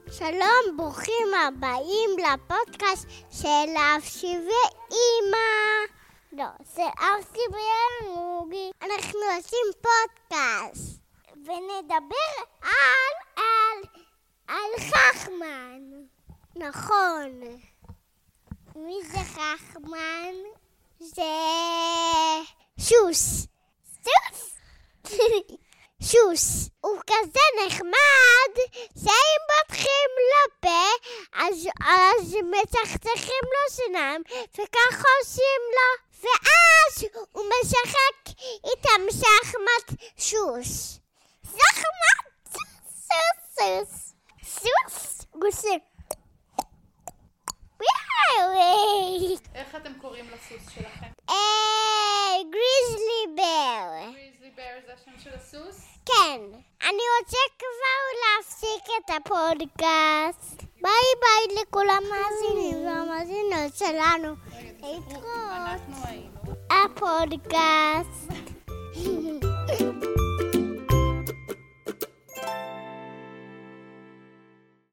שלום, ברוכים הבאים לפודקאסט של אבשי ואמא. לא, זה אבשי ואמוגי. אנחנו עושים פודקאסט ונדבר על חכמן. נכון. מי זה חכמן? זה שוס. שוס. הוא כזה נחמד, שאם פותחים לו פה, אז מצחצחים לו שיניים, וככה עושים לו, ואז הוא משחק איתם שחמט שוס. שחמט סוס. סוס. הוא עושה. איך אתם קוראים לסוס שלכם? גריזלי בר. גריזלי בר זה השם של הסוס? כן. אני רוצה כבר להפסיק את הפודקאסט. ביי ביי לכל המאזינים והמאזינות שלנו. אנחנו היינו הפודקאסט.